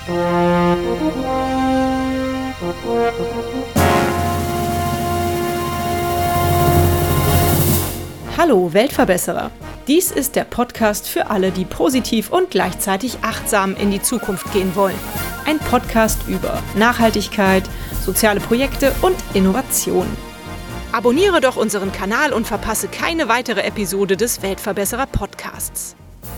Hallo Weltverbesserer! Dies ist der Podcast für alle, die positiv und gleichzeitig achtsam in die Zukunft gehen wollen. Ein Podcast über Nachhaltigkeit, soziale Projekte und Innovation. Abonniere doch unseren Kanal und verpasse keine weitere Episode des Weltverbesserer Podcasts.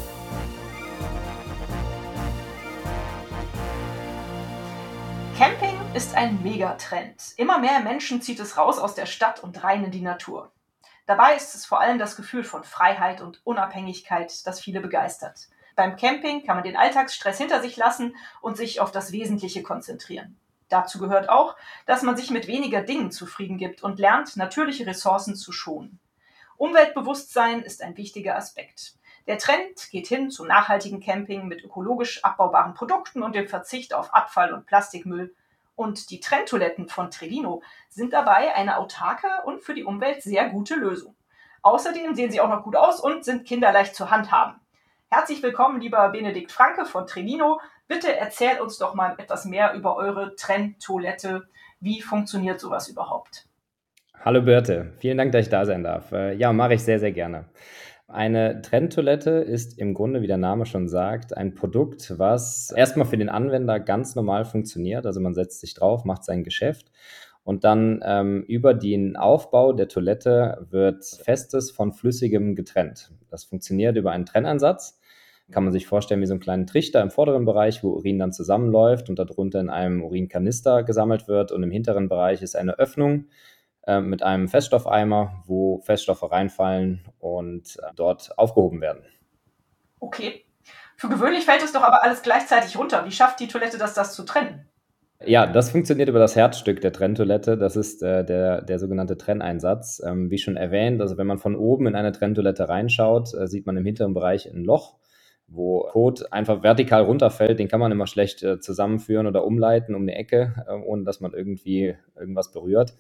Camping ist ein Megatrend. Immer mehr Menschen zieht es raus aus der Stadt und rein in die Natur. Dabei ist es vor allem das Gefühl von Freiheit und Unabhängigkeit, das viele begeistert. Beim Camping kann man den Alltagsstress hinter sich lassen und sich auf das Wesentliche konzentrieren. Dazu gehört auch, dass man sich mit weniger Dingen zufrieden gibt und lernt, natürliche Ressourcen zu schonen. Umweltbewusstsein ist ein wichtiger Aspekt. Der Trend geht hin zum nachhaltigen Camping mit ökologisch abbaubaren Produkten und dem Verzicht auf Abfall- und Plastikmüll. Und die Trenntoiletten von Trevino sind dabei eine autarke und für die Umwelt sehr gute Lösung. Außerdem sehen sie auch noch gut aus und sind kinderleicht zu handhaben. Herzlich willkommen, lieber Benedikt Franke von Trevino. Bitte erzähl uns doch mal etwas mehr über eure Trenntoilette. Wie funktioniert sowas überhaupt? Hallo Birte, vielen Dank, dass ich da sein darf. Ja, mache ich sehr, sehr gerne. Eine Trenntoilette ist im Grunde, wie der Name schon sagt, ein Produkt, was erstmal für den Anwender ganz normal funktioniert. Also man setzt sich drauf, macht sein Geschäft und dann über den Aufbau der Toilette wird Festes von Flüssigem getrennt. Das funktioniert über einen Trenneinsatz. Kann man sich vorstellen wie so einen kleinen Trichter im vorderen Bereich, wo Urin dann zusammenläuft und darunter in einem Urinkanister gesammelt wird. Und im hinteren Bereich ist eine Öffnung mit einem Feststoffeimer, wo Feststoffe reinfallen und dort aufgehoben werden. Okay. Für gewöhnlich fällt es doch aber alles gleichzeitig runter. Wie schafft die Toilette das zu trennen? Ja, das funktioniert über das Herzstück der Trenntoilette. Das ist der sogenannte Trenneinsatz. Wie schon erwähnt, also wenn man von oben in eine Trenntoilette reinschaut, sieht man im hinteren Bereich ein Loch, wo Kot einfach vertikal runterfällt. Den kann man immer schlecht zusammenführen oder umleiten um eine Ecke, ohne dass man irgendwie irgendwas berührt.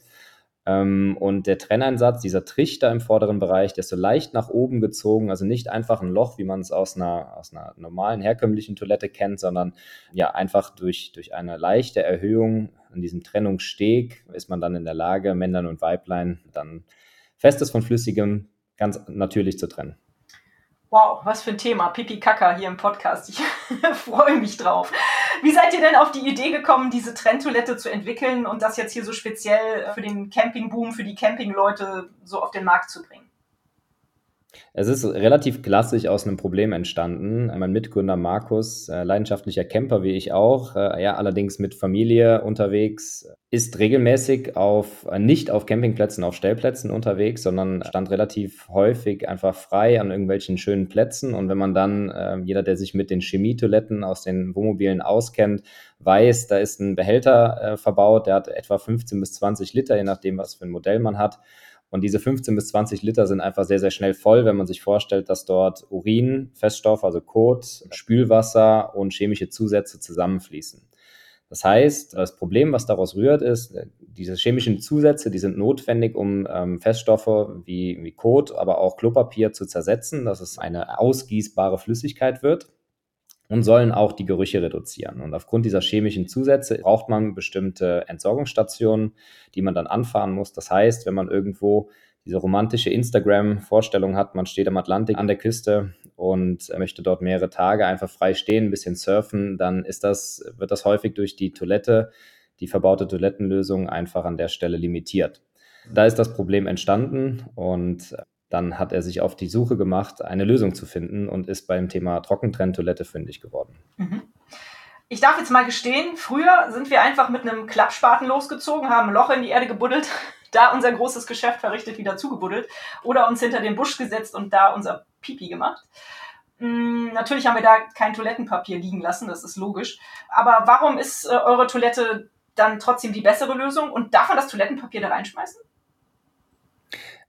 Und der Trenneinsatz, dieser Trichter im vorderen Bereich, der ist so leicht nach oben gezogen, also nicht einfach ein Loch, wie man es aus einer normalen, herkömmlichen Toilette kennt, sondern ja einfach durch eine leichte Erhöhung an diesem Trennungssteg ist man dann in der Lage, Männlein und Weiblein dann Festes von Flüssigem ganz natürlich zu trennen. Wow, was für ein Thema. Pipi Kaka hier im Podcast. Ich freue mich drauf. Wie seid ihr denn auf die Idee gekommen, diese Trenntoilette zu entwickeln und das jetzt hier so speziell für den Campingboom, für die Campingleute so auf den Markt zu bringen? Es ist relativ klassisch aus einem Problem entstanden. Mein Mitgründer Markus, leidenschaftlicher Camper wie ich auch, allerdings mit Familie unterwegs, ist regelmäßig nicht auf Campingplätzen, auf Stellplätzen unterwegs, sondern stand relativ häufig einfach frei an irgendwelchen schönen Plätzen. Und wenn man dann, jeder, der sich mit den Chemietoiletten aus den Wohnmobilen auskennt, weiß, da ist ein Behälter verbaut, der hat etwa 15 bis 20 Liter, je nachdem, was für ein Modell man hat. Und diese 15 bis 20 Liter sind einfach sehr, sehr schnell voll, wenn man sich vorstellt, dass dort Urin, Feststoff, also Kot, Spülwasser und chemische Zusätze zusammenfließen. Das heißt, das Problem, was daraus rührt, ist, diese chemischen Zusätze, die sind notwendig, um Feststoffe wie Kot, aber auch Klopapier zu zersetzen, dass es eine ausgießbare Flüssigkeit wird. Und sollen auch die Gerüche reduzieren. Und aufgrund dieser chemischen Zusätze braucht man bestimmte Entsorgungsstationen, die man dann anfahren muss. Das heißt, wenn man irgendwo diese romantische Instagram-Vorstellung hat, man steht am Atlantik an der Küste und möchte dort mehrere Tage einfach frei stehen, ein bisschen surfen, dann wird das häufig durch die Toilette, die verbaute Toilettenlösung einfach an der Stelle limitiert. Da ist das Problem entstanden und dann hat er sich auf die Suche gemacht, eine Lösung zu finden und ist beim Thema Trockentrenntoilette fündig geworden. Ich darf jetzt mal gestehen, früher sind wir einfach mit einem Klappspaten losgezogen, haben ein Loch in die Erde gebuddelt, da unser großes Geschäft verrichtet, wieder zugebuddelt oder uns hinter den Busch gesetzt und da unser Pipi gemacht. Natürlich haben wir da kein Toilettenpapier liegen lassen, das ist logisch. Aber warum ist eure Toilette dann trotzdem die bessere Lösung und darf man das Toilettenpapier da reinschmeißen?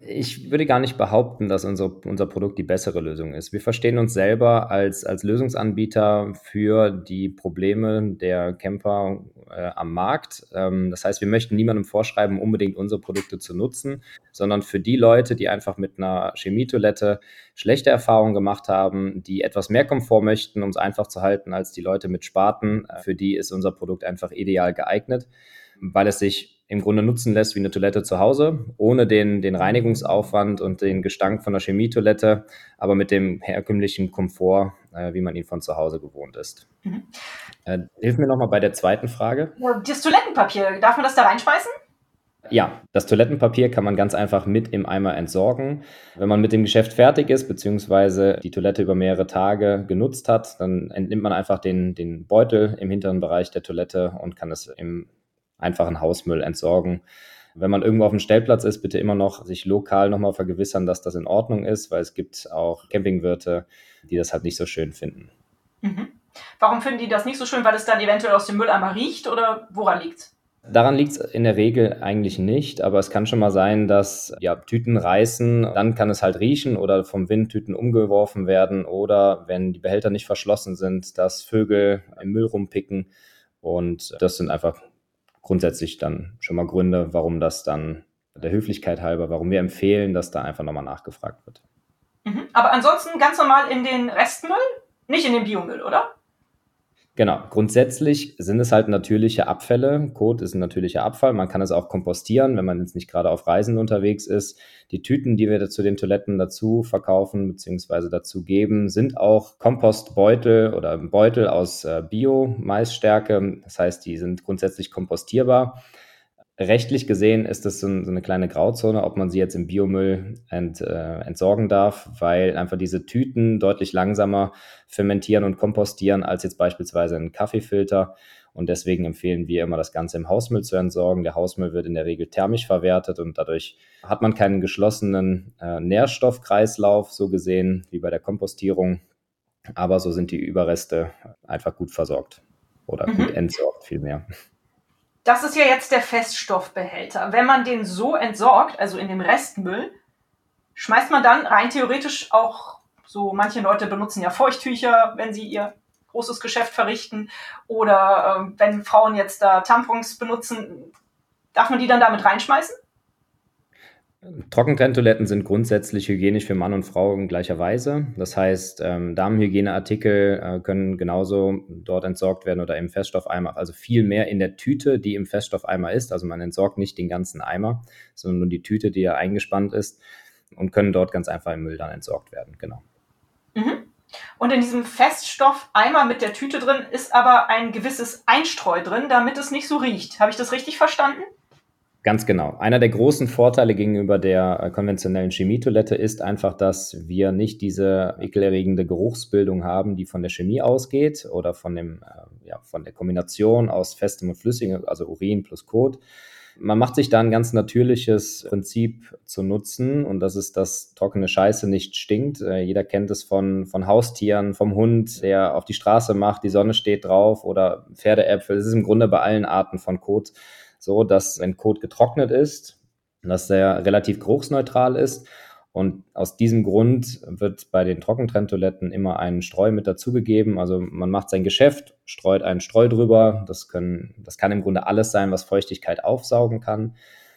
Ich würde gar nicht behaupten, dass unser Produkt die bessere Lösung ist. Wir verstehen uns selber als Lösungsanbieter für die Probleme der Camper am Markt. Das heißt, wir möchten niemandem vorschreiben, unbedingt unsere Produkte zu nutzen, sondern für die Leute, die einfach mit einer Chemietoilette schlechte Erfahrungen gemacht haben, die etwas mehr Komfort möchten, um es einfach zu halten als die Leute mit Spaten, für die ist unser Produkt einfach ideal geeignet, weil es sich im Grunde nutzen lässt wie eine Toilette zu Hause, ohne den Reinigungsaufwand und den Gestank von der Chemietoilette, aber mit dem herkömmlichen Komfort, wie man ihn von zu Hause gewohnt ist. Mhm. Hilf mir nochmal bei der zweiten Frage. Das Toilettenpapier, darf man das da reinschmeißen? Ja, das Toilettenpapier kann man ganz einfach mit im Eimer entsorgen. Wenn man mit dem Geschäft fertig ist, beziehungsweise die Toilette über mehrere Tage genutzt hat, dann entnimmt man einfach den Beutel im hinteren Bereich der Toilette und kann es im einfachen Hausmüll entsorgen. Wenn man irgendwo auf dem Stellplatz ist, bitte immer noch sich lokal nochmal vergewissern, dass das in Ordnung ist, weil es gibt auch Campingwirte, die das halt nicht so schön finden. Mhm. Warum finden die das nicht so schön? Weil es dann eventuell aus dem Mülleimer riecht oder woran liegt's? Daran liegt es in der Regel eigentlich nicht, aber es kann schon mal sein, dass Tüten reißen, dann kann es halt riechen oder vom Wind Tüten umgeworfen werden oder wenn die Behälter nicht verschlossen sind, dass Vögel im Müll rumpicken und das sind einfach grundsätzlich dann schon mal Gründe, warum das dann der Höflichkeit halber, warum wir empfehlen, dass da einfach nochmal nachgefragt wird. Mhm. Aber ansonsten ganz normal in den Restmüll, nicht in den Biomüll, oder? Genau, grundsätzlich sind es halt natürliche Abfälle. Kot ist ein natürlicher Abfall. Man kann es auch kompostieren, wenn man jetzt nicht gerade auf Reisen unterwegs ist. Die Tüten, die wir zu den Toiletten dazu verkaufen bzw. dazu geben, sind auch Kompostbeutel oder Beutel aus Bio-Maisstärke. Das heißt, die sind grundsätzlich kompostierbar. Rechtlich gesehen ist das so eine kleine Grauzone, ob man sie jetzt im Biomüll entsorgen darf, weil einfach diese Tüten deutlich langsamer fermentieren und kompostieren als jetzt beispielsweise ein Kaffeefilter. Und deswegen empfehlen wir immer, das Ganze im Hausmüll zu entsorgen. Der Hausmüll wird in der Regel thermisch verwertet und dadurch hat man keinen geschlossenen Nährstoffkreislauf, so gesehen, wie bei der Kompostierung. Aber so sind die Überreste einfach gut versorgt oder gut entsorgt vielmehr. Das ist ja jetzt der Feststoffbehälter. Wenn man den so entsorgt, also in den Restmüll, schmeißt man dann rein theoretisch auch, so manche Leute benutzen ja Feuchttücher, wenn sie ihr großes Geschäft verrichten, oder wenn Frauen jetzt da Tampons benutzen, darf man die dann damit reinschmeißen? Trockentrenntoiletten sind grundsätzlich hygienisch für Mann und Frau in gleicher Weise. Das heißt, Damenhygieneartikel können genauso dort entsorgt werden oder im Feststoffeimer, also viel mehr in der Tüte, die im Feststoffeimer ist. Also man entsorgt nicht den ganzen Eimer, sondern nur die Tüte, die ja eingespannt ist und können dort ganz einfach im Müll dann entsorgt werden. Genau. Mhm. Und in diesem Feststoffeimer mit der Tüte drin ist aber ein gewisses Einstreu drin, damit es nicht so riecht. Habe ich das richtig verstanden? Ganz genau. Einer der großen Vorteile gegenüber der konventionellen Chemietoilette ist einfach, dass wir nicht diese ekelerregende Geruchsbildung haben, die von der Chemie ausgeht oder von der Kombination aus festem und flüssigem, also Urin plus Kot. Man macht sich da ein ganz natürliches Prinzip zu nutzen und das ist, dass trockene Scheiße nicht stinkt. Jeder kennt es von Haustieren, vom Hund, der auf die Straße macht, die Sonne steht drauf oder Pferdeäpfel. Es ist im Grunde bei allen Arten von Kot so, dass wenn Kot getrocknet ist, dass der relativ geruchsneutral ist. Und aus diesem Grund wird bei den Trockentrenntoiletten immer ein Streu mit dazugegeben. Also man macht sein Geschäft, streut einen Streu drüber. Das kann im Grunde alles sein, was Feuchtigkeit aufsaugen kann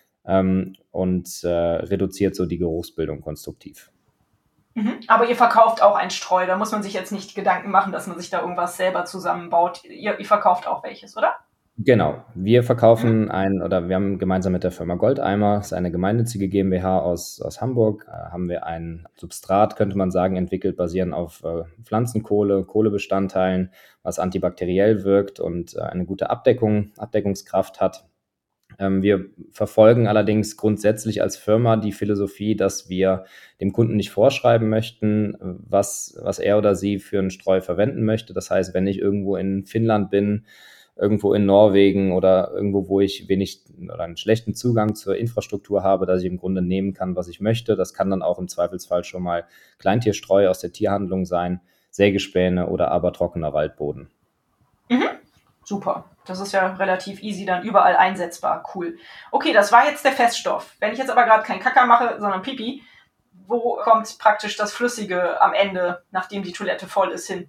und reduziert so die Geruchsbildung konstruktiv. Mhm. Aber ihr verkauft auch ein Streu. Da muss man sich jetzt nicht Gedanken machen, dass man sich da irgendwas selber zusammenbaut. Ihr verkauft auch welches, oder? Genau, wir verkaufen wir haben gemeinsam mit der Firma Goldeimer, das ist eine gemeinnützige GmbH aus Hamburg, haben wir ein Substrat, könnte man sagen, entwickelt, basierend auf Pflanzenkohle, Kohlebestandteilen, was antibakteriell wirkt und eine gute Abdeckungskraft hat. Wir verfolgen allerdings grundsätzlich als Firma die Philosophie, dass wir dem Kunden nicht vorschreiben möchten, was er oder sie für einen Streu verwenden möchte. Das heißt, wenn ich irgendwo in Finnland bin, irgendwo in Norwegen oder irgendwo, wo ich wenig oder einen schlechten Zugang zur Infrastruktur habe, dass ich im Grunde nehmen kann, was ich möchte. Das kann dann auch im Zweifelsfall schon mal Kleintierstreu aus der Tierhandlung sein, Sägespäne oder aber trockener Waldboden. Mhm. Super. Das ist ja relativ easy, dann überall einsetzbar. Cool. Okay, das war jetzt der Feststoff. Wenn ich jetzt aber gerade kein Kacker mache, sondern Pipi, wo kommt praktisch das Flüssige am Ende, nachdem die Toilette voll ist, hin?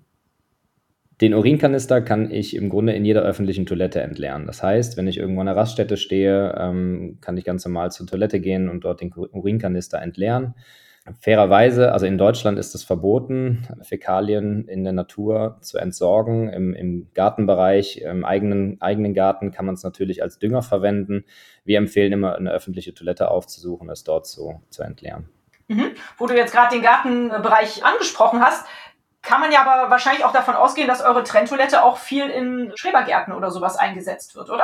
Den Urinkanister kann ich im Grunde in jeder öffentlichen Toilette entleeren. Das heißt, wenn ich irgendwo an einer Raststätte stehe, kann ich ganz normal zur Toilette gehen und dort den Urinkanister entleeren. Fairerweise, also in Deutschland ist es verboten, Fäkalien in der Natur zu entsorgen. Im Gartenbereich, im eigenen Garten kann man es natürlich als Dünger verwenden. Wir empfehlen immer, eine öffentliche Toilette aufzusuchen, es dort zu entleeren. Wo du jetzt gerade den Gartenbereich angesprochen hast, kann man ja aber wahrscheinlich auch davon ausgehen, dass eure Trenntoilette auch viel in Schrebergärten oder sowas eingesetzt wird, oder?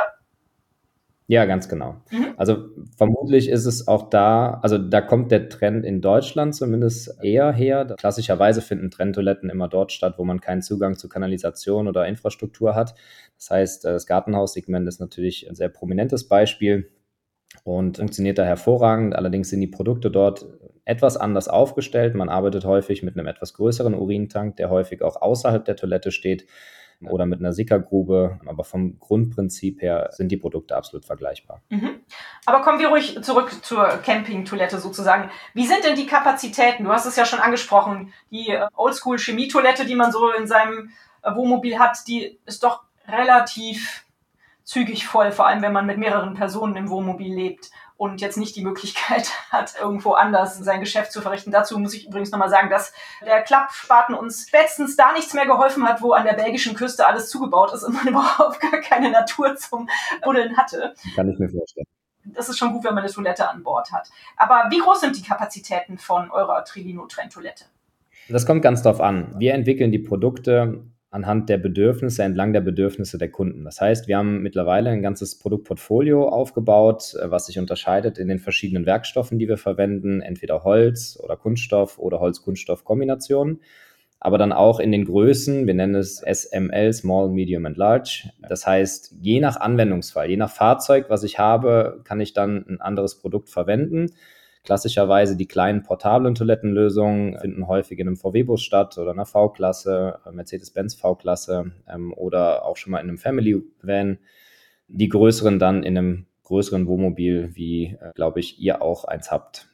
Ja, ganz genau. Also vermutlich ist es auch da, also da kommt der Trend in Deutschland zumindest eher her. Klassischerweise finden Trenntoiletten immer dort statt, wo man keinen Zugang zu Kanalisation oder Infrastruktur hat. Das heißt, das Gartenhaussegment ist natürlich ein sehr prominentes Beispiel und funktioniert da hervorragend. Allerdings sind die Produkte dort etwas anders aufgestellt. Man arbeitet häufig mit einem etwas größeren Urintank, der häufig auch außerhalb der Toilette steht, oder mit einer Sickergrube. Aber vom Grundprinzip her sind die Produkte absolut vergleichbar. Aber kommen wir ruhig zurück zur Campingtoilette sozusagen. Wie sind denn die Kapazitäten? Du hast es ja schon angesprochen. Die Oldschool-Chemietoilette, die man so in seinem Wohnmobil hat, die ist doch relativ zügig voll, vor allem wenn man mit mehreren Personen im Wohnmobil lebt und jetzt nicht die Möglichkeit hat, irgendwo anders sein Geschäft zu verrichten. Dazu muss ich übrigens nochmal sagen, dass der Klappspaten uns spätestens da nichts mehr geholfen hat, wo an der belgischen Küste alles zugebaut ist und man überhaupt gar keine Natur zum Buddeln hatte. Kann ich mir vorstellen. Das ist schon gut, wenn man eine Toilette an Bord hat. Aber wie groß sind die Kapazitäten von eurer Trivino-Trenntoilette? Das kommt ganz drauf an. Wir entwickeln die Produkte anhand der Bedürfnisse, entlang der Bedürfnisse der Kunden. Das heißt, wir haben mittlerweile ein ganzes Produktportfolio aufgebaut, was sich unterscheidet in den verschiedenen Werkstoffen, die wir verwenden, entweder Holz oder Kunststoff oder Holz-Kunststoff-Kombinationen, aber dann auch in den Größen, wir nennen es SML, Small, Medium and Large. Das heißt, je nach Anwendungsfall, je nach Fahrzeug, was ich habe, kann ich dann ein anderes Produkt verwenden. Klassischerweise die kleinen portablen Toilettenlösungen finden häufig in einem VW-Bus statt oder einer V-Klasse, Mercedes-Benz V-Klasse oder auch schon mal in einem Family-Van. Die größeren dann in einem größeren Wohnmobil, wie, glaube ich, ihr auch eins habt.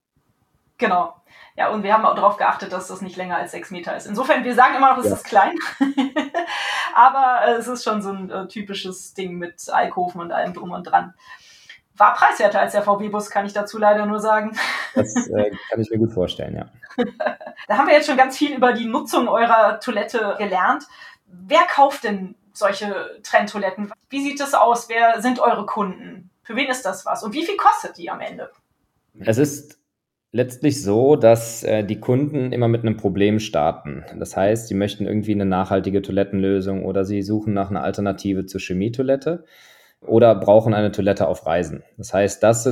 Genau. Ja, und wir haben auch darauf geachtet, dass das nicht länger als 6 Meter ist. Insofern, wir sagen immer noch, es ist klein. Aber es ist schon so ein typisches Ding mit Alkoven und allem drum und dran. War preiswerter als der VW-Bus, kann ich dazu leider nur sagen. Das kann ich mir gut vorstellen, ja. Da haben wir jetzt schon ganz viel über die Nutzung eurer Toilette gelernt. Wer kauft denn solche Trenntoiletten? Wie sieht es aus? Wer sind eure Kunden? Für wen ist das was? Und wie viel kostet die am Ende? Es ist letztlich so, dass die Kunden immer mit einem Problem starten. Das heißt, sie möchten irgendwie eine nachhaltige Toilettenlösung oder sie suchen nach einer Alternative zur Chemietoilette oder brauchen eine Toilette auf Reisen. Das heißt, das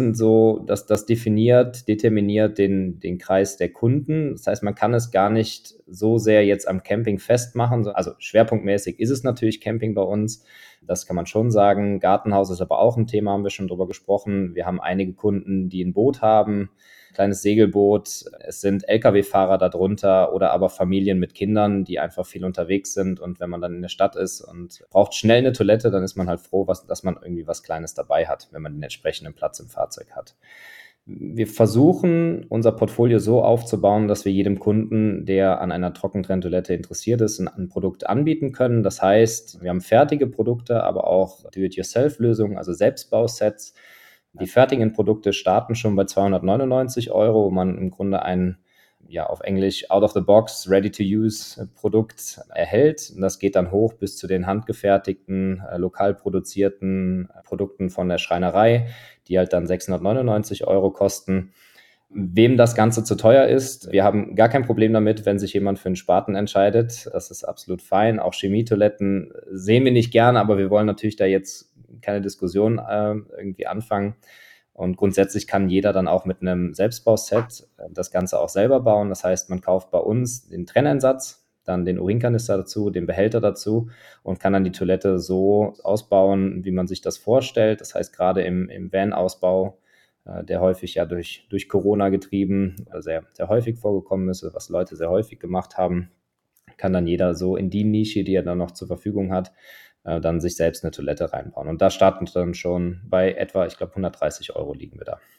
determiniert den Kreis der Kunden. Das heißt, man kann es gar nicht so sehr jetzt am Camping festmachen. Also schwerpunktmäßig ist es natürlich Camping bei uns. Das kann man schon sagen. Gartenhaus ist aber auch ein Thema, haben wir schon drüber gesprochen. Wir haben einige Kunden, die ein Boot haben, kleines Segelboot. Es sind Lkw-Fahrer darunter oder aber Familien mit Kindern, die einfach viel unterwegs sind. Und wenn man dann in der Stadt ist und braucht schnell eine Toilette, dann ist man halt froh, dass man irgendwie was Kleines dabei hat, wenn man den entsprechenden Platz im Fahrzeug hat. Wir versuchen, unser Portfolio so aufzubauen, dass wir jedem Kunden, der an einer Trockentrenntoilette interessiert ist, ein Produkt anbieten können. Das heißt, wir haben fertige Produkte, aber auch Do-it-yourself-Lösungen, also Selbstbausets. Die fertigen Produkte starten schon bei 299 €, wo man im Grunde ein, auf Englisch out-of-the-box, ready-to-use Produkt erhält. Und das geht dann hoch bis zu den handgefertigten, lokal produzierten Produkten von der Schreinerei, die halt dann 699 € kosten. Wem das Ganze zu teuer ist, wir haben gar kein Problem damit, wenn sich jemand für einen Spaten entscheidet. Das ist absolut fein. Auch Chemietoiletten sehen wir nicht gerne, aber wir wollen natürlich da jetzt keine Diskussion irgendwie anfangen. Und grundsätzlich kann jeder dann auch mit einem Selbstbauset das Ganze auch selber bauen. Das heißt, man kauft bei uns den Trenneinsatz, dann den Urinkanister dazu, den Behälter dazu und kann dann die Toilette so ausbauen, wie man sich das vorstellt. Das heißt, gerade im Van-Ausbau, der häufig ja durch Corona getrieben oder sehr, sehr häufig vorgekommen ist, was Leute sehr häufig gemacht haben, kann dann jeder so in die Nische, die er dann noch zur Verfügung hat, dann sich selbst eine Toilette reinbauen. Und da starten wir dann schon bei etwa, ich glaube, 130 € liegen wir da.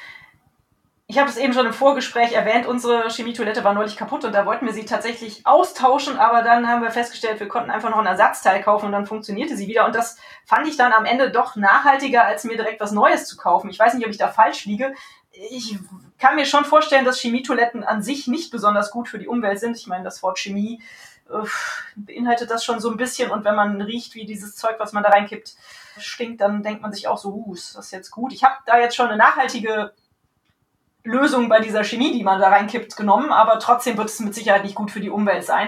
Ich habe es eben schon im Vorgespräch erwähnt, unsere Chemietoilette war neulich kaputt und da wollten wir sie tatsächlich austauschen, aber dann haben wir festgestellt, wir konnten einfach noch ein Ersatzteil kaufen und dann funktionierte sie wieder. Und das fand ich dann am Ende doch nachhaltiger, als mir direkt was Neues zu kaufen. Ich weiß nicht, ob ich da falsch liege. Ich kann mir schon vorstellen, dass Chemietoiletten an sich nicht besonders gut für die Umwelt sind. Ich meine, das Wort Chemie beinhaltet das schon so ein bisschen. Und wenn man riecht, wie dieses Zeug, was man da reinkippt, stinkt, dann denkt man sich auch so, ist das jetzt gut? Ich habe da jetzt schon eine nachhaltige Lösung bei dieser Chemie, die man da reinkippt, genommen, aber trotzdem wird es mit Sicherheit nicht gut für die Umwelt sein.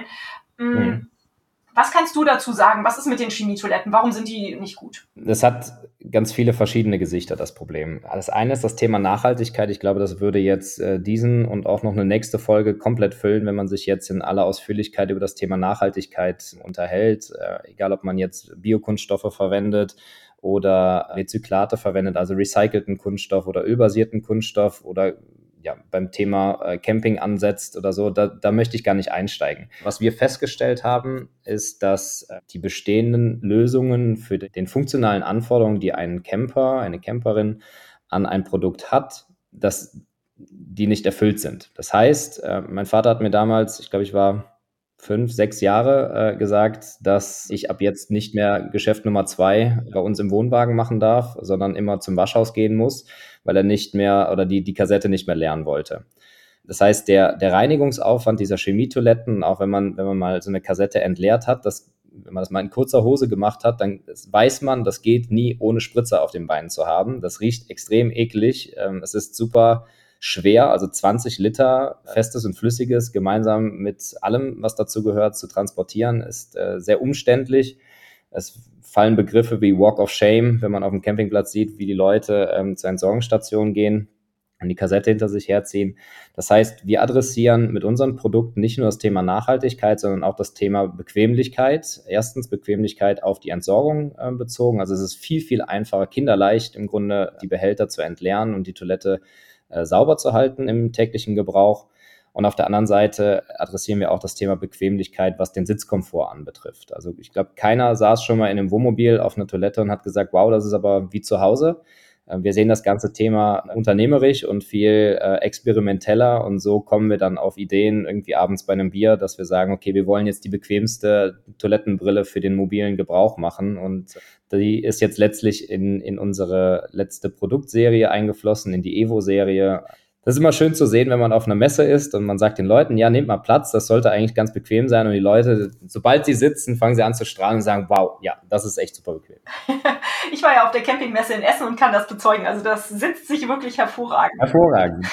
Was kannst du dazu sagen? Was ist mit den Chemietoiletten? Warum sind die nicht gut? Das hat ganz viele verschiedene Gesichter, das Problem. Das eine ist das Thema Nachhaltigkeit. Ich glaube, das würde jetzt diesen und auch noch eine nächste Folge komplett füllen, wenn man sich jetzt in aller Ausführlichkeit über das Thema Nachhaltigkeit unterhält. Egal, ob man jetzt Biokunststoffe verwendet oder Rezyklate verwendet, also recycelten Kunststoff oder ölbasierten Kunststoff oder ja, beim Thema Camping ansetzt oder so, da möchte ich gar nicht einsteigen. Was wir festgestellt haben, ist, dass die bestehenden Lösungen für den funktionalen Anforderungen, die ein Camper, eine Camperin an ein Produkt hat, dass die nicht erfüllt sind. Das heißt, mein Vater hat mir damals, ich glaube, ich war 5, 6 Jahre gesagt, dass ich ab jetzt nicht mehr Geschäft Nummer 2 bei uns im Wohnwagen machen darf, sondern immer zum Waschhaus gehen muss, weil er nicht mehr oder die Kassette nicht mehr leeren wollte. Das heißt, der Reinigungsaufwand dieser Chemietoiletten, auch wenn man mal so eine Kassette entleert hat, wenn man das mal in kurzer Hose gemacht hat, dann weiß man, das geht nie ohne Spritzer auf den Beinen zu haben. Das riecht extrem eklig. Es ist super schwer, also 20 Liter Festes und Flüssiges gemeinsam mit allem, was dazu gehört, zu transportieren, ist sehr umständlich. Es fallen Begriffe wie Walk of Shame, wenn man auf dem Campingplatz sieht, wie die Leute zur Entsorgungsstation gehen und die Kassette hinter sich herziehen. Das heißt, wir adressieren mit unseren Produkten nicht nur das Thema Nachhaltigkeit, sondern auch das Thema Bequemlichkeit. Erstens Bequemlichkeit auf die Entsorgung bezogen. Also es ist viel, viel einfacher, kinderleicht im Grunde die Behälter zu entleeren und die Toilette sauber zu halten im täglichen Gebrauch. Und auf der anderen Seite adressieren wir auch das Thema Bequemlichkeit, was den Sitzkomfort anbetrifft. Also ich glaube, keiner saß schon mal in einem Wohnmobil auf einer Toilette und hat gesagt, wow, das ist aber wie zu Hause. Wir sehen das ganze Thema unternehmerisch und viel experimenteller und so kommen wir dann auf Ideen irgendwie abends bei einem Bier, dass wir sagen, okay, wir wollen jetzt die bequemste Toilettenbrille für den mobilen Gebrauch machen und die ist jetzt letztlich in unsere letzte Produktserie eingeflossen, in die Evo-Serie. Das ist immer schön zu sehen, wenn man auf einer Messe ist und man sagt den Leuten, ja, nehmt mal Platz, das sollte eigentlich ganz bequem sein. Und die Leute, sobald sie sitzen, fangen sie an zu strahlen und sagen, wow, ja, das ist echt super bequem. Ich war ja auf der Campingmesse in Essen und kann das bezeugen. Also das sitzt sich wirklich hervorragend. Hervorragend.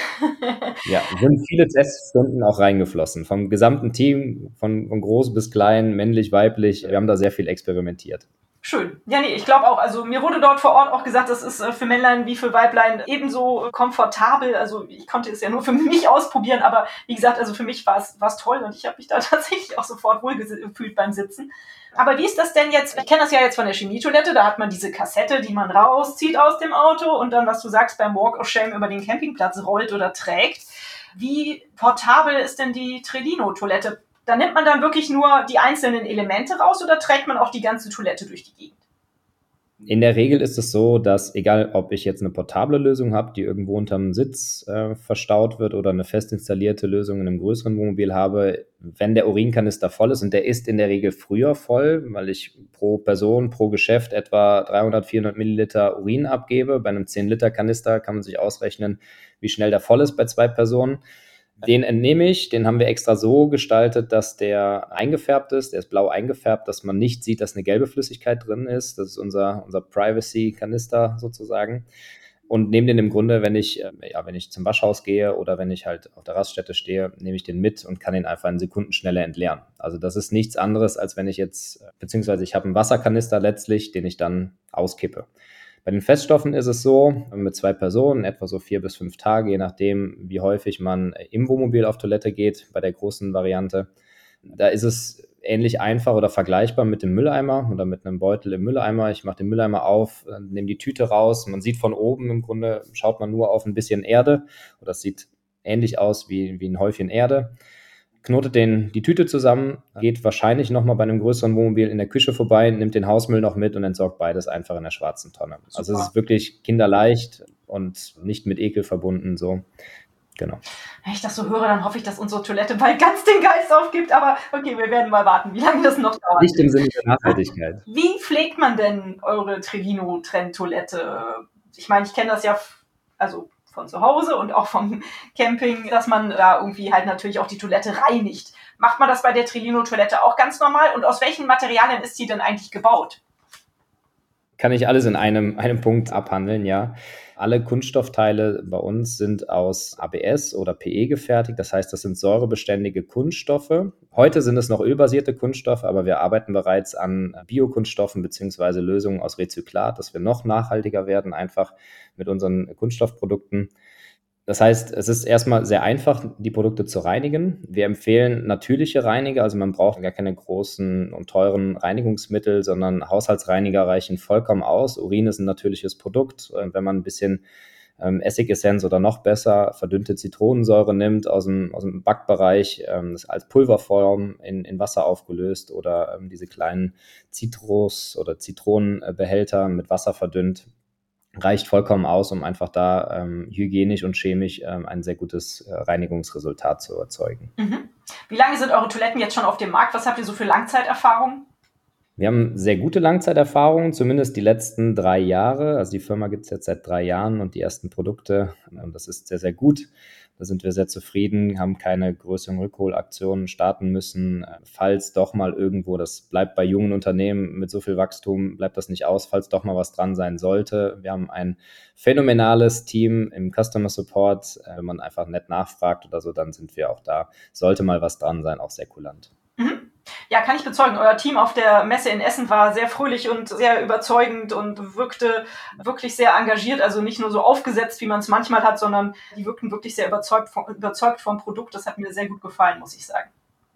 Ja, sind viele Teststunden auch reingeflossen. Vom gesamten Team, von groß bis klein, männlich, weiblich. Wir haben da sehr viel experimentiert. Schön. Ja, nee, ich glaube auch. Also mir wurde dort vor Ort auch gesagt, das ist für Männlein wie für Weiblein ebenso komfortabel. Also ich konnte es ja nur für mich ausprobieren, aber wie gesagt, also für mich war es toll und ich habe mich da tatsächlich auch sofort wohlgefühlt beim Sitzen. Aber wie ist das denn jetzt? Ich kenne das ja jetzt von der Chemietoilette, da hat man diese Kassette, die man rauszieht aus dem Auto und dann, was du sagst, beim Walk of Shame über den Campingplatz rollt oder trägt. Wie portabel ist denn die Trellino-Toilette? Da nimmt man dann wirklich nur die einzelnen Elemente raus oder trägt man auch die ganze Toilette durch die Gegend? In der Regel ist es so, dass egal, ob ich jetzt eine portable Lösung habe, die irgendwo unterm Sitz verstaut wird oder eine fest installierte Lösung in einem größeren Wohnmobil habe, wenn der Urinkanister voll ist und der ist in der Regel früher voll, weil ich pro Person, pro Geschäft etwa 300, 400 Milliliter Urin abgebe. Bei einem 10-Liter-Kanister kann man sich ausrechnen, wie schnell der voll ist bei 2 Personen. Den entnehme ich, den haben wir extra so gestaltet, dass der eingefärbt ist, der ist blau eingefärbt, dass man nicht sieht, dass eine gelbe Flüssigkeit drin ist. Das ist unser Privacy-Kanister sozusagen. Und nehme den im Grunde, wenn ich zum Waschhaus gehe oder wenn ich halt auf der Raststätte stehe, nehme ich den mit und kann den einfach in Sekundenschnelle entleeren. Also das ist nichts anderes, als wenn ich jetzt, beziehungsweise ich habe einen Wasserkanister letztlich, den ich dann auskippe. Bei den Feststoffen ist es so, mit 2 Personen, etwa so 4 bis 5 Tage, je nachdem, wie häufig man im Wohnmobil auf Toilette geht, bei der großen Variante. Da ist es ähnlich einfach oder vergleichbar mit dem Mülleimer oder mit einem Beutel im Mülleimer. Ich mache den Mülleimer auf, nehme die Tüte raus. Man sieht von oben im Grunde, schaut man nur auf ein bisschen Erde. Oder das sieht ähnlich aus wie ein Häufchen Erde. knotet die Tüte zusammen, geht wahrscheinlich nochmal bei einem größeren Wohnmobil in der Küche vorbei, nimmt den Hausmüll noch mit und entsorgt beides einfach in der schwarzen Tonne. Super. Also es ist wirklich kinderleicht und nicht mit Ekel verbunden, so. Genau. Wenn ich das so höre, dann hoffe ich, dass unsere Toilette bald ganz den Geist aufgibt. Aber okay, wir werden mal warten, wie lange das noch dauert. Nicht im Sinne der Nachhaltigkeit. Wie pflegt man denn eure Trivino-Trenntoilette? Ich meine, ich kenne das ja also von zu Hause und auch vom Camping, dass man da irgendwie halt natürlich auch die Toilette reinigt. Macht man das bei der Trivino-Toilette auch ganz normal? Und aus welchen Materialien ist die denn eigentlich gebaut? Kann ich alles in einem Punkt abhandeln, ja. Alle Kunststoffteile bei uns sind aus ABS oder PE gefertigt. Das heißt, das sind säurebeständige Kunststoffe. Heute sind es noch ölbasierte Kunststoffe, aber wir arbeiten bereits an Biokunststoffen bzw. Lösungen aus Rezyklat, dass wir noch nachhaltiger werden, einfach mit unseren Kunststoffprodukten. Das heißt, es ist erstmal sehr einfach, die Produkte zu reinigen. Wir empfehlen natürliche Reiniger, also man braucht gar keine großen und teuren Reinigungsmittel, sondern Haushaltsreiniger reichen vollkommen aus. Urin ist ein natürliches Produkt. Wenn man ein bisschen Essigessenz oder noch besser verdünnte Zitronensäure nimmt aus dem Backbereich, das als Pulverform in Wasser aufgelöst oder diese kleinen Zitrus- oder Zitronenbehälter mit Wasser verdünnt, reicht vollkommen aus, um einfach da hygienisch und chemisch ein sehr gutes Reinigungsresultat zu erzeugen. Mhm. Wie lange sind eure Toiletten jetzt schon auf dem Markt? Was habt ihr so für Langzeiterfahrung? Wir haben sehr gute Langzeiterfahrungen, zumindest die letzten 3 Jahre. Also die Firma gibt es jetzt seit 3 Jahren und die ersten Produkte, das ist sehr, sehr gut. Da sind wir sehr zufrieden, haben keine größeren Rückholaktionen starten müssen. Falls doch mal irgendwo, das bleibt bei jungen Unternehmen mit so viel Wachstum, bleibt das nicht aus, falls doch mal was dran sein sollte. Wir haben ein phänomenales Team im Customer Support. Wenn man einfach nett nachfragt oder so, dann sind wir auch da. Sollte mal was dran sein, auch sehr kulant. Mhm. Ja, kann ich bezeugen. Euer Team auf der Messe in Essen war sehr fröhlich und sehr überzeugend und wirkte wirklich sehr engagiert. Also nicht nur so aufgesetzt, wie man es manchmal hat, sondern die wirkten wirklich sehr überzeugt vom Produkt. Das hat mir sehr gut gefallen, muss ich sagen.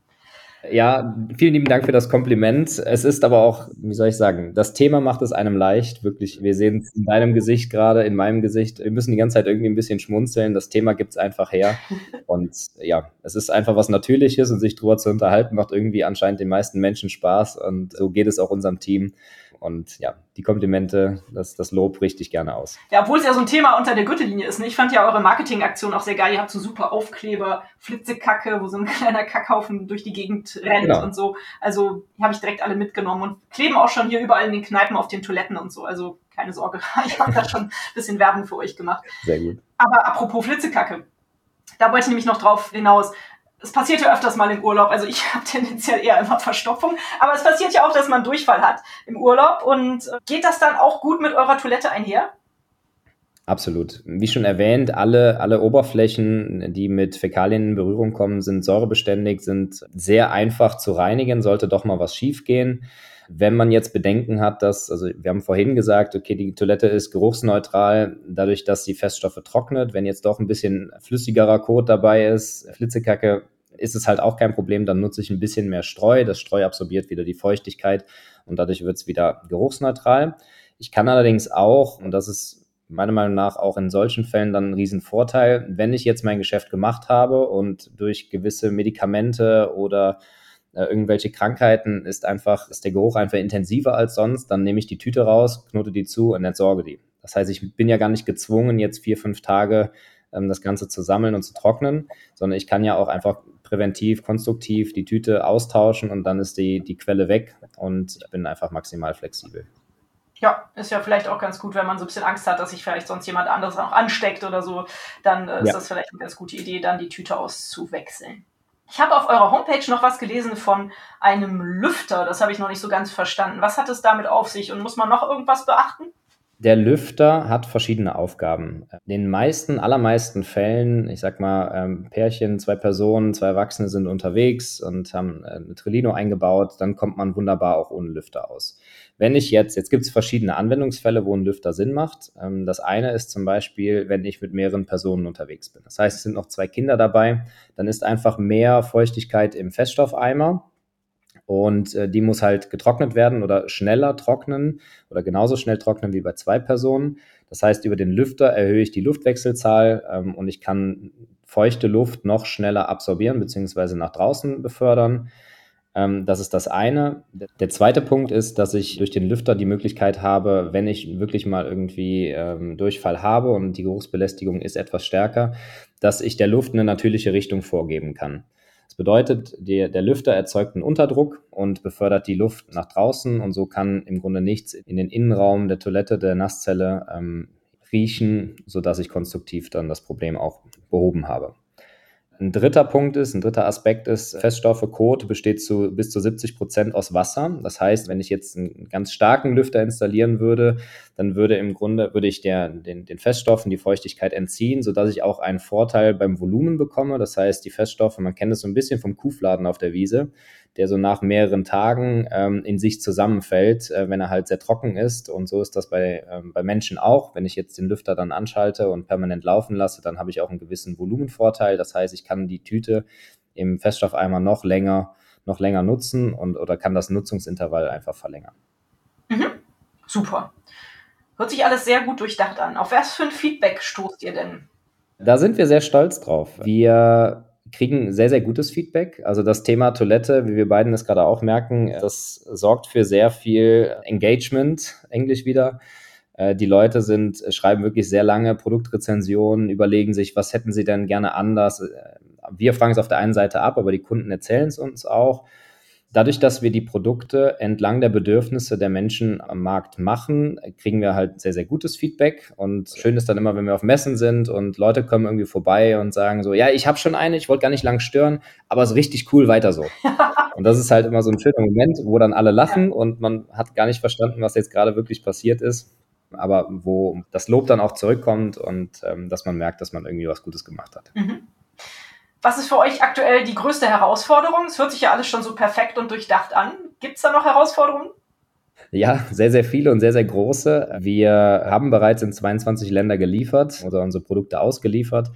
Ja, vielen lieben Dank für das Kompliment. Es ist aber auch, wie soll ich sagen, das Thema macht es einem leicht, wirklich. Wir sehen es in deinem Gesicht gerade, in meinem Gesicht. Wir müssen die ganze Zeit irgendwie ein bisschen schmunzeln. Das Thema gibt es einfach her. Und ja, es ist einfach was Natürliches und sich drüber zu unterhalten, macht irgendwie anscheinend den meisten Menschen Spaß. Und so geht es auch unserem Team. Und ja, die Komplimente, das Lob richtig gerne aus. Ja, obwohl es ja so ein Thema unter der Gürtellinie ist. Ne? Ich fand ja eure Marketingaktion auch sehr geil. Ihr habt so super Aufkleber, Flitzekacke, wo so ein kleiner Kackhaufen durch die Gegend rennt und so. Also die habe ich direkt alle mitgenommen und kleben auch schon hier überall in den Kneipen auf den Toiletten und so. Also keine Sorge, ich habe da schon ein bisschen Werbung für euch gemacht. Sehr gut. Aber apropos Flitzekacke, da wollte ich nämlich noch drauf hinaus. Es passiert ja öfters mal im Urlaub, also ich habe tendenziell eher immer Verstopfung, aber es passiert ja auch, dass man Durchfall hat im Urlaub und geht das dann auch gut mit eurer Toilette einher? Absolut. Wie schon erwähnt, alle Oberflächen, die mit Fäkalien in Berührung kommen, sind säurebeständig, sind sehr einfach zu reinigen, sollte doch mal was schief gehen. Wenn man jetzt Bedenken hat, also wir haben vorhin gesagt, okay, die Toilette ist geruchsneutral, dadurch, dass die Feststoffe trocknet. Wenn jetzt doch ein bisschen flüssigerer Kot dabei ist, Flitzekacke, ist es halt auch kein Problem, dann nutze ich ein bisschen mehr Streu. Das Streu absorbiert wieder die Feuchtigkeit und dadurch wird es wieder geruchsneutral. Ich kann allerdings auch, und das ist meiner Meinung nach auch in solchen Fällen dann ein Riesenvorteil, wenn ich jetzt mein Geschäft gemacht habe und durch gewisse Medikamente oder irgendwelche Krankheiten ist der Geruch einfach intensiver als sonst, dann nehme ich die Tüte raus, knote die zu und entsorge die. Das heißt, ich bin ja gar nicht gezwungen, jetzt 4, 5 Tage das Ganze zu sammeln und zu trocknen, sondern ich kann ja auch einfach präventiv, konstruktiv die Tüte austauschen und dann ist die Quelle weg und ich bin einfach maximal flexibel. Ja, ist ja vielleicht auch ganz gut, wenn man so ein bisschen Angst hat, dass sich vielleicht sonst jemand anderes auch ansteckt oder so, dann ist das vielleicht eine ganz gute Idee, dann die Tüte auszuwechseln. Ich habe auf eurer Homepage noch was gelesen von einem Lüfter, das habe ich noch nicht so ganz verstanden. Was hat es damit auf sich und muss man noch irgendwas beachten? Der Lüfter hat verschiedene Aufgaben. In den allermeisten Fällen, ich sag mal, Pärchen, 2 Personen, 2 Erwachsene sind unterwegs und haben eine Trillino eingebaut, dann kommt man wunderbar auch ohne Lüfter aus. Wenn ich jetzt gibt es verschiedene Anwendungsfälle, wo ein Lüfter Sinn macht. Das eine ist zum Beispiel, wenn ich mit mehreren Personen unterwegs bin. Das heißt, es sind noch 2 Kinder dabei, dann ist einfach mehr Feuchtigkeit im Feststoffeimer. Und die muss halt getrocknet werden oder schneller trocknen oder genauso schnell trocknen wie bei 2 Personen. Das heißt, über den Lüfter erhöhe ich die Luftwechselzahl und ich kann feuchte Luft noch schneller absorbieren bzw. nach draußen befördern. Das ist das eine. Der zweite Punkt ist, dass ich durch den Lüfter die Möglichkeit habe, wenn ich wirklich mal irgendwie Durchfall habe und die Geruchsbelästigung ist etwas stärker, dass ich der Luft eine natürliche Richtung vorgeben kann. Das bedeutet, der Lüfter erzeugt einen Unterdruck und befördert die Luft nach draußen und so kann im Grunde nichts in den Innenraum der Toilette, der Nasszelle riechen, sodass ich konstruktiv dann das Problem auch behoben habe. Ein dritter Aspekt ist, Feststoffe, Kot besteht bis zu 70% aus Wasser. Das heißt, wenn ich jetzt einen ganz starken Lüfter installieren würde, dann würde ich den Feststoffen die Feuchtigkeit entziehen, sodass ich auch einen Vorteil beim Volumen bekomme. Das heißt, die Feststoffe, man kennt es so ein bisschen vom Kuhfladen auf der Wiese, der so nach mehreren Tagen in sich zusammenfällt, wenn er halt sehr trocken ist. Und so ist das bei Menschen auch. Wenn ich jetzt den Lüfter dann anschalte und permanent laufen lasse, dann habe ich auch einen gewissen Volumenvorteil. Das heißt, ich kann die Tüte im Feststoffeimer noch länger nutzen oder kann das Nutzungsintervall einfach verlängern. Mhm. Super. Hört sich alles sehr gut durchdacht an. Auf was für ein Feedback stoßt ihr denn? Da sind wir sehr stolz drauf. Wir kriegen sehr, sehr gutes Feedback. Also das Thema Toilette, wie wir beiden das gerade auch merken, das sorgt für sehr viel Engagement, Englisch wieder. Die Leute schreiben wirklich sehr lange Produktrezensionen, überlegen sich, was hätten sie denn gerne anders. Wir fragen es auf der einen Seite ab, aber die Kunden erzählen es uns auch. Dadurch, dass wir die Produkte entlang der Bedürfnisse der Menschen am Markt machen, kriegen wir halt sehr, sehr gutes Feedback. Und schön ist dann immer, wenn wir auf Messen sind und Leute kommen irgendwie vorbei und sagen so, ja, ich habe schon eine, ich wollte gar nicht lang stören, aber es ist richtig cool, weiter so. Und das ist halt immer so ein schöner Moment, wo dann alle lachen und man hat gar nicht verstanden, was jetzt gerade wirklich passiert ist, aber wo das Lob dann auch zurückkommt und dass man merkt, dass man irgendwie was Gutes gemacht hat. Mhm. Was ist für euch aktuell die größte Herausforderung? Es hört sich ja alles schon so perfekt und durchdacht an. Gibt es da noch Herausforderungen? Ja, sehr, sehr viele und sehr, sehr große. Wir haben bereits in 22 Länder geliefert oder unsere Produkte ausgeliefert,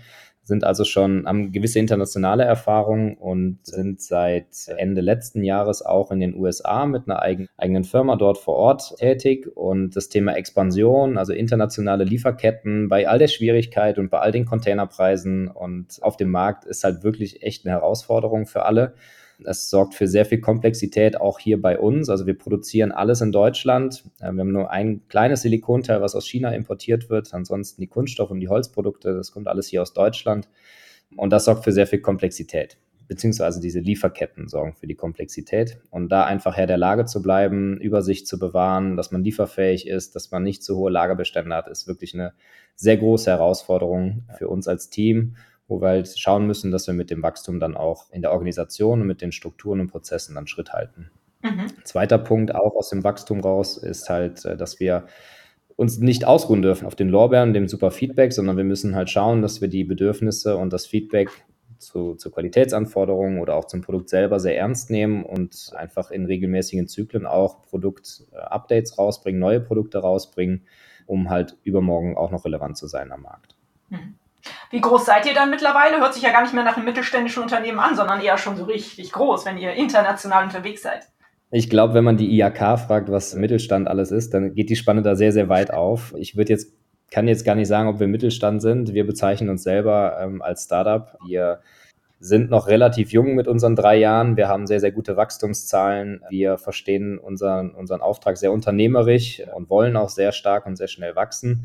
haben gewisse internationale Erfahrungen und sind seit Ende letzten Jahres auch in den USA mit einer eigenen Firma dort vor Ort tätig. Und das Thema Expansion, also internationale Lieferketten, bei all der Schwierigkeit und bei all den Containerpreisen und auf dem Markt ist halt wirklich echt eine Herausforderung für alle. Es sorgt für sehr viel Komplexität auch hier bei uns. Also wir produzieren alles in Deutschland. Wir haben nur ein kleines Silikonteil, was aus China importiert wird. Ansonsten die Kunststoff- und die Holzprodukte, das kommt alles hier aus Deutschland. Und das sorgt für sehr viel Komplexität. Beziehungsweise diese Lieferketten sorgen für die Komplexität. Und da einfach Herr der Lage zu bleiben, Übersicht zu bewahren, dass man lieferfähig ist, dass man nicht zu hohe Lagerbestände hat, ist wirklich eine sehr große Herausforderung für uns als Team, wo wir halt schauen müssen, dass wir mit dem Wachstum dann auch in der Organisation und mit den Strukturen und Prozessen dann Schritt halten. Mhm. Zweiter Punkt auch aus dem Wachstum raus ist halt, dass wir uns nicht ausruhen dürfen auf den Lorbeeren und dem super Feedback, sondern wir müssen halt schauen, dass wir die Bedürfnisse und das Feedback zu Qualitätsanforderungen oder auch zum Produkt selber sehr ernst nehmen und einfach in regelmäßigen Zyklen auch Produkt-Updates rausbringen, neue Produkte rausbringen, um halt übermorgen auch noch relevant zu sein am Markt. Mhm. Wie groß seid ihr dann mittlerweile? Hört sich ja gar nicht mehr nach einem mittelständischen Unternehmen an, sondern eher schon so richtig groß, wenn ihr international unterwegs seid. Ich glaube, wenn man die IHK fragt, was Mittelstand alles ist, dann geht die Spanne da sehr, sehr weit auf. Kann jetzt gar nicht sagen, ob wir Mittelstand sind. Wir bezeichnen uns selber als Startup. Wir sind noch relativ jung mit unseren 3 Jahren. Wir haben sehr, sehr gute Wachstumszahlen. Wir verstehen unseren Auftrag sehr unternehmerisch und wollen auch sehr stark und sehr schnell wachsen.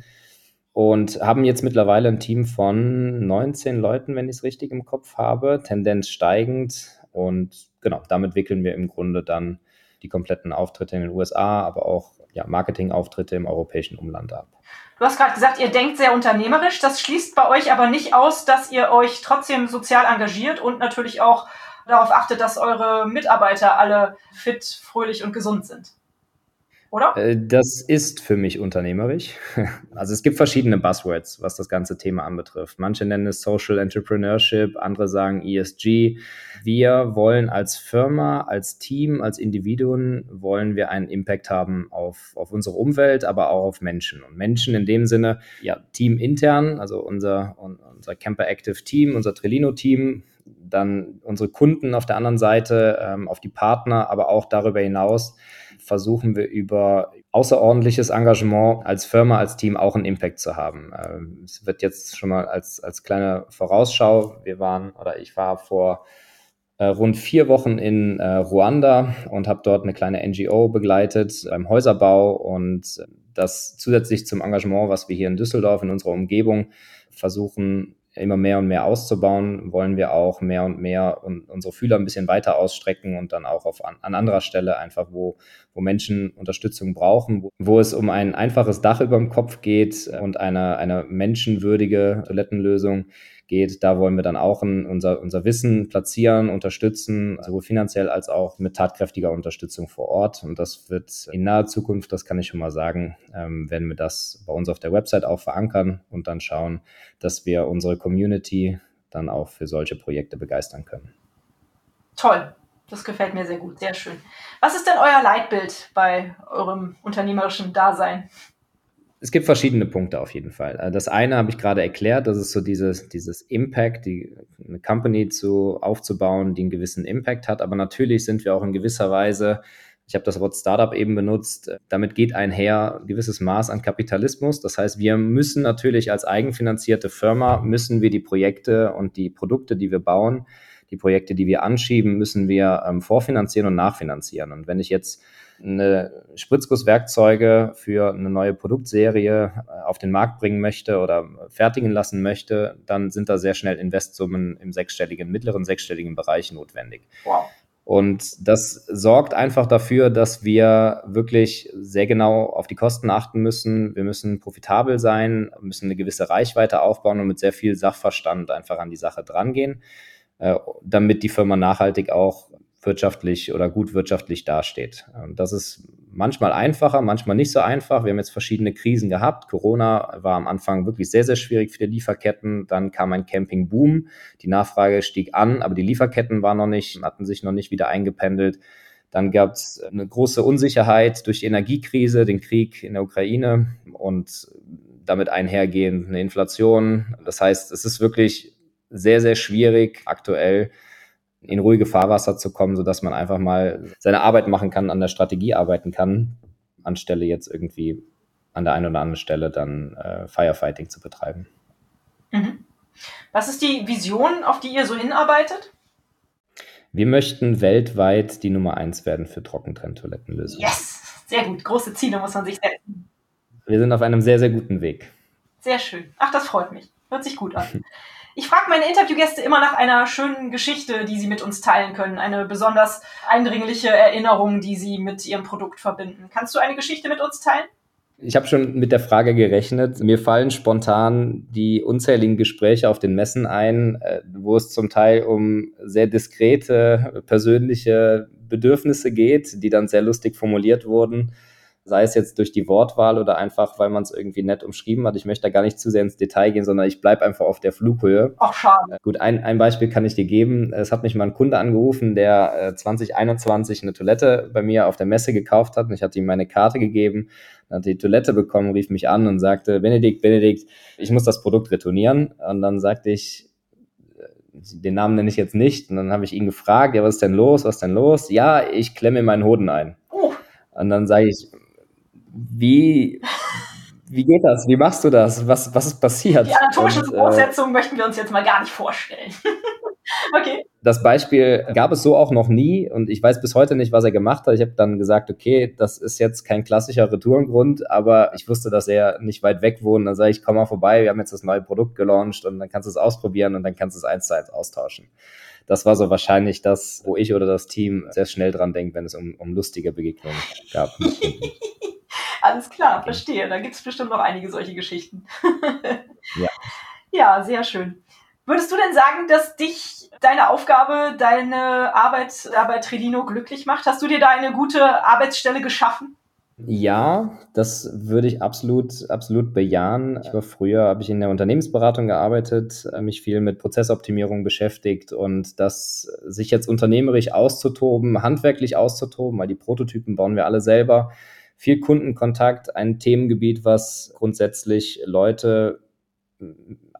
Und haben jetzt mittlerweile ein Team von 19 Leuten, wenn ich es richtig im Kopf habe, Tendenz steigend. Und genau, damit wickeln wir im Grunde dann die kompletten Auftritte in den USA, aber auch Marketingauftritte im europäischen Umland ab. Du hast gerade gesagt, ihr denkt sehr unternehmerisch. Das schließt bei euch aber nicht aus, dass ihr euch trotzdem sozial engagiert und natürlich auch darauf achtet, dass eure Mitarbeiter alle fit, fröhlich und gesund sind. Oder? Das ist für mich unternehmerisch. Also es gibt verschiedene Buzzwords, was das ganze Thema anbetrifft. Manche nennen es Social Entrepreneurship, andere sagen ESG. Wir wollen als Firma, als Team, als Individuen, wollen wir einen Impact haben auf unsere Umwelt, aber auch auf Menschen. Und Menschen in dem Sinne, teamintern, also unser Camper Active Team, unser Trellino-Team, dann unsere Kunden auf der anderen Seite, auf die Partner, aber auch darüber hinaus versuchen wir über außerordentliches Engagement als Firma, als Team auch einen Impact zu haben. Es wird jetzt schon mal als kleine Vorausschau, ich war vor rund 4 Wochen in Ruanda und habe dort eine kleine NGO begleitet beim Häuserbau, und das zusätzlich zum Engagement, was wir hier in Düsseldorf in unserer Umgebung versuchen immer mehr und mehr auszubauen, wollen wir auch mehr und mehr unsere Fühler ein bisschen weiter ausstrecken und dann auch an anderer Stelle einfach, wo Menschen Unterstützung brauchen, wo es um ein einfaches Dach über dem Kopf geht und eine menschenwürdige Toilettenlösung geht. Da wollen wir dann auch unser Wissen platzieren, unterstützen, sowohl finanziell als auch mit tatkräftiger Unterstützung vor Ort. Und das wird in naher Zukunft, das kann ich schon mal sagen, werden wir das bei uns auf der Website auch verankern und dann schauen, dass wir unsere Community dann auch für solche Projekte begeistern können. Toll, das gefällt mir sehr gut, sehr schön. Was ist denn euer Leitbild bei eurem unternehmerischen Dasein? Es gibt verschiedene Punkte auf jeden Fall. Das eine habe ich gerade erklärt, das ist so dieses Impact, eine Company aufzubauen, die einen gewissen Impact hat. Aber natürlich sind wir auch in gewisser Weise, ich habe das Wort Startup eben benutzt, damit geht einher ein gewisses Maß an Kapitalismus. Das heißt, wir müssen natürlich als eigenfinanzierte Firma, müssen wir die Projekte und die Produkte, die wir bauen, die Projekte, die wir anschieben, müssen wir vorfinanzieren und nachfinanzieren. Und wenn ich jetzt eine Spritzgusswerkzeuge für eine neue Produktserie auf den Markt bringen möchte oder fertigen lassen möchte, dann sind da sehr schnell Investsummen im mittleren sechsstelligen Bereich notwendig. Wow. Und das sorgt einfach dafür, dass wir wirklich sehr genau auf die Kosten achten müssen. Wir müssen profitabel sein, müssen eine gewisse Reichweite aufbauen und mit sehr viel Sachverstand einfach an die Sache drangehen, damit die Firma nachhaltig auch wirtschaftlich oder gut wirtschaftlich dasteht. Das ist manchmal einfacher, manchmal nicht so einfach. Wir haben jetzt verschiedene Krisen gehabt. Corona war am Anfang wirklich sehr, sehr schwierig für die Lieferketten. Dann kam ein Campingboom. Die Nachfrage stieg an, aber die Lieferketten hatten sich noch nicht wieder eingependelt. Dann gab es eine große Unsicherheit durch die Energiekrise, den Krieg in der Ukraine und damit einhergehend eine Inflation. Das heißt, es ist wirklich sehr, sehr schwierig aktuell in ruhige Fahrwasser zu kommen, sodass man einfach mal seine Arbeit machen kann, an der Strategie arbeiten kann, anstelle jetzt irgendwie an der einen oder anderen Stelle dann Firefighting zu betreiben. Mhm. Was ist die Vision, auf die ihr so hinarbeitet? Wir möchten weltweit die Nummer 1 werden für Trockentrenntoilettenlösungen. Yes, sehr gut. Große Ziele muss man sich setzen. Wir sind auf einem sehr, sehr guten Weg. Sehr schön. Ach, das freut mich. Hört sich gut an. Ich frage meine Interviewgäste immer nach einer schönen Geschichte, die sie mit uns teilen können. Eine besonders eindringliche Erinnerung, die sie mit ihrem Produkt verbinden. Kannst du eine Geschichte mit uns teilen? Ich habe schon mit der Frage gerechnet. Mir fallen spontan die unzähligen Gespräche auf den Messen ein, wo es zum Teil um sehr diskrete persönliche Bedürfnisse geht, die dann sehr lustig formuliert wurden. Sei es jetzt durch die Wortwahl oder einfach, weil man es irgendwie nett umschrieben hat. Ich möchte da gar nicht zu sehr ins Detail gehen, sondern ich bleibe einfach auf der Flughöhe. Ach, schade. Gut, ein Beispiel kann ich dir geben. Es hat mich mal ein Kunde angerufen, der 2021 eine Toilette bei mir auf der Messe gekauft hat. Und ich hatte ihm meine Karte gegeben, dann hat die Toilette bekommen, rief mich an und sagte, Benedikt, ich muss das Produkt retournieren. Und dann sagte ich, den Namen nenne ich jetzt nicht. Und dann habe ich ihn gefragt, ja, was ist denn los? Ja, ich klemme meinen Hoden ein. Und dann sage ich, wie geht das? Wie machst du das? Was ist passiert? Die anatomischen Voraussetzungen möchten wir uns jetzt mal gar nicht vorstellen. Okay. Das Beispiel gab es so auch noch nie und ich weiß bis heute nicht, was er gemacht hat. Ich habe dann gesagt, okay, das ist jetzt kein klassischer Retourengrund, aber ich wusste, dass er nicht weit weg wohnt. Dann sage ich, komm mal vorbei, wir haben jetzt das neue Produkt gelauncht und dann kannst du es ausprobieren und dann kannst du es 1:1 austauschen. Das war so wahrscheinlich das, wo ich oder das Team sehr schnell dran denkt, wenn es um lustige Begegnungen gab. Alles klar, verstehe. Da gibt es bestimmt noch einige solche Geschichten. Ja. Ja, sehr schön. Würdest du denn sagen, dass dich deine Aufgabe, deine Arbeit bei Trelino glücklich macht? Hast du dir da eine gute Arbeitsstelle geschaffen? Ja, das würde ich absolut bejahen. Früher habe ich in der Unternehmensberatung gearbeitet, mich viel mit Prozessoptimierung beschäftigt und das sich jetzt unternehmerisch auszutoben, handwerklich auszutoben, weil die Prototypen bauen wir alle selber. Viel Kundenkontakt, ein Themengebiet, was grundsätzlich Leute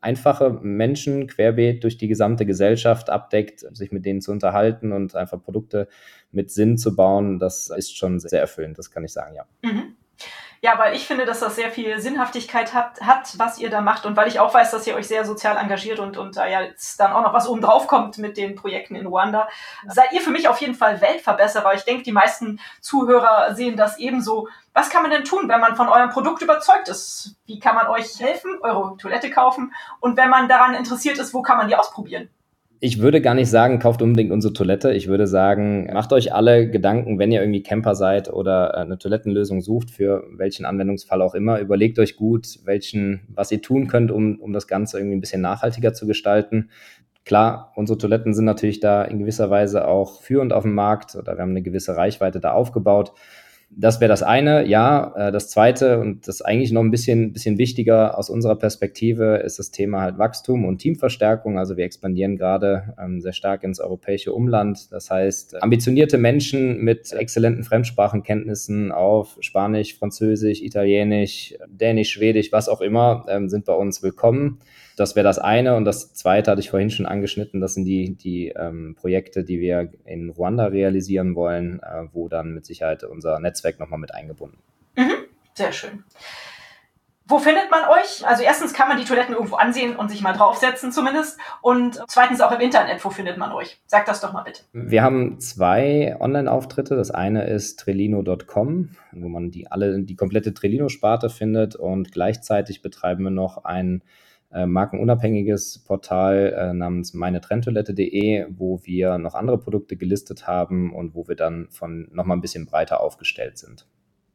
einfache Menschen querbeet durch die gesamte Gesellschaft abdeckt, sich mit denen zu unterhalten und einfach Produkte mit Sinn zu bauen, das ist schon sehr erfüllend, das kann ich sagen, ja. Mhm. Ja, weil ich finde, dass das sehr viel Sinnhaftigkeit hat, was ihr da macht und weil ich auch weiß, dass ihr euch sehr sozial engagiert und da ja jetzt dann auch noch was oben drauf kommt mit den Projekten in Ruanda, seid ihr für mich auf jeden Fall Weltverbesserer. Ich denke, die meisten Zuhörer sehen das ebenso. Was kann man denn tun, wenn man von eurem Produkt überzeugt ist? Wie kann man euch helfen, eure Toilette kaufen? Und wenn man daran interessiert ist, wo kann man die ausprobieren? Ich würde gar nicht sagen, kauft unbedingt unsere Toilette. Ich würde sagen, macht euch alle Gedanken, wenn ihr irgendwie Camper seid oder eine Toilettenlösung sucht, für welchen Anwendungsfall auch immer. Überlegt euch gut, was ihr tun könnt, um das Ganze irgendwie ein bisschen nachhaltiger zu gestalten. Klar, unsere Toiletten sind natürlich da in gewisser Weise auch führend auf dem Markt oder wir haben eine gewisse Reichweite da aufgebaut. Das wäre das eine, ja. Das zweite und das eigentlich noch ein bisschen wichtiger aus unserer Perspektive ist das Thema halt Wachstum und Teamverstärkung. Also wir expandieren gerade sehr stark ins europäische Umland. Das heißt, ambitionierte Menschen mit exzellenten Fremdsprachenkenntnissen auf Spanisch, Französisch, Italienisch, Dänisch, Schwedisch, was auch immer, sind bei uns willkommen. Das wäre das eine. Und das zweite hatte ich vorhin schon angeschnitten. Das sind die Projekte, die wir in Ruanda realisieren wollen, wo dann mit Sicherheit unser Netzwerk nochmal mit eingebunden. Sehr schön. Wo findet man euch? Also erstens kann man die Toiletten irgendwo ansehen und sich mal draufsetzen zumindest. Und zweitens auch im Internet, wo findet man euch? Sag das doch mal bitte. Wir haben 2 Online-Auftritte. Das eine ist trellino.com, wo man die komplette Trellino-Sparte findet. Und gleichzeitig betreiben wir noch ein markenunabhängiges Portal namens meinetrenntoilette.de, wo wir noch andere Produkte gelistet haben und wo wir dann nochmal ein bisschen breiter aufgestellt sind.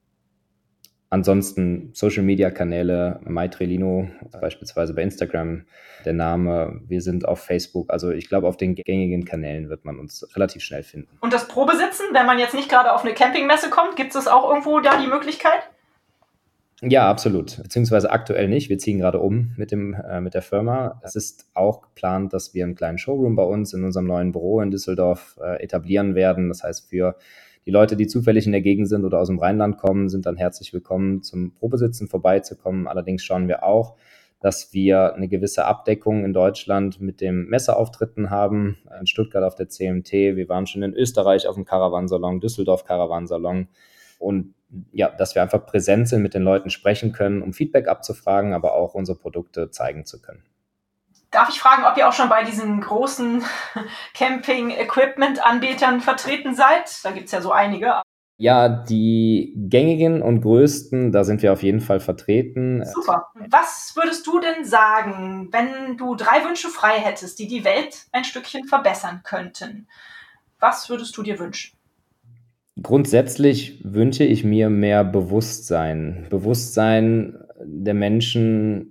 Ansonsten Social-Media-Kanäle, MyTrellino, beispielsweise bei Instagram, der Name. Wir sind auf Facebook. Also ich glaube, auf den gängigen Kanälen wird man uns relativ schnell finden. Und das Probesitzen, wenn man jetzt nicht gerade auf eine Campingmesse kommt, gibt es auch irgendwo da die Möglichkeit? Ja, absolut. Beziehungsweise aktuell nicht. Wir ziehen gerade um mit der Firma. Es ist auch geplant, dass wir einen kleinen Showroom bei uns in unserem neuen Büro in Düsseldorf etablieren werden. Das heißt, für die Leute, die zufällig in der Gegend sind oder aus dem Rheinland kommen, sind dann herzlich willkommen, zum Probesitzen vorbeizukommen. Allerdings schauen wir auch, dass wir eine gewisse Abdeckung in Deutschland mit dem Messeauftritten haben. In Stuttgart auf der CMT. Wir waren schon in Österreich auf dem Caravansalon, Düsseldorf Caravansalon. Und ja, dass wir einfach präsent sind, mit den Leuten sprechen können, um Feedback abzufragen, aber auch unsere Produkte zeigen zu können. Darf ich fragen, ob ihr auch schon bei diesen großen Camping-Equipment-Anbietern vertreten seid? Da gibt es ja so einige. Ja, die gängigen und größten, da sind wir auf jeden Fall vertreten. Super. Was würdest du denn sagen, wenn du 3 Wünsche frei hättest, die Welt ein Stückchen verbessern könnten? Was würdest du dir wünschen? Grundsätzlich wünsche ich mir mehr Bewusstsein. Bewusstsein der Menschen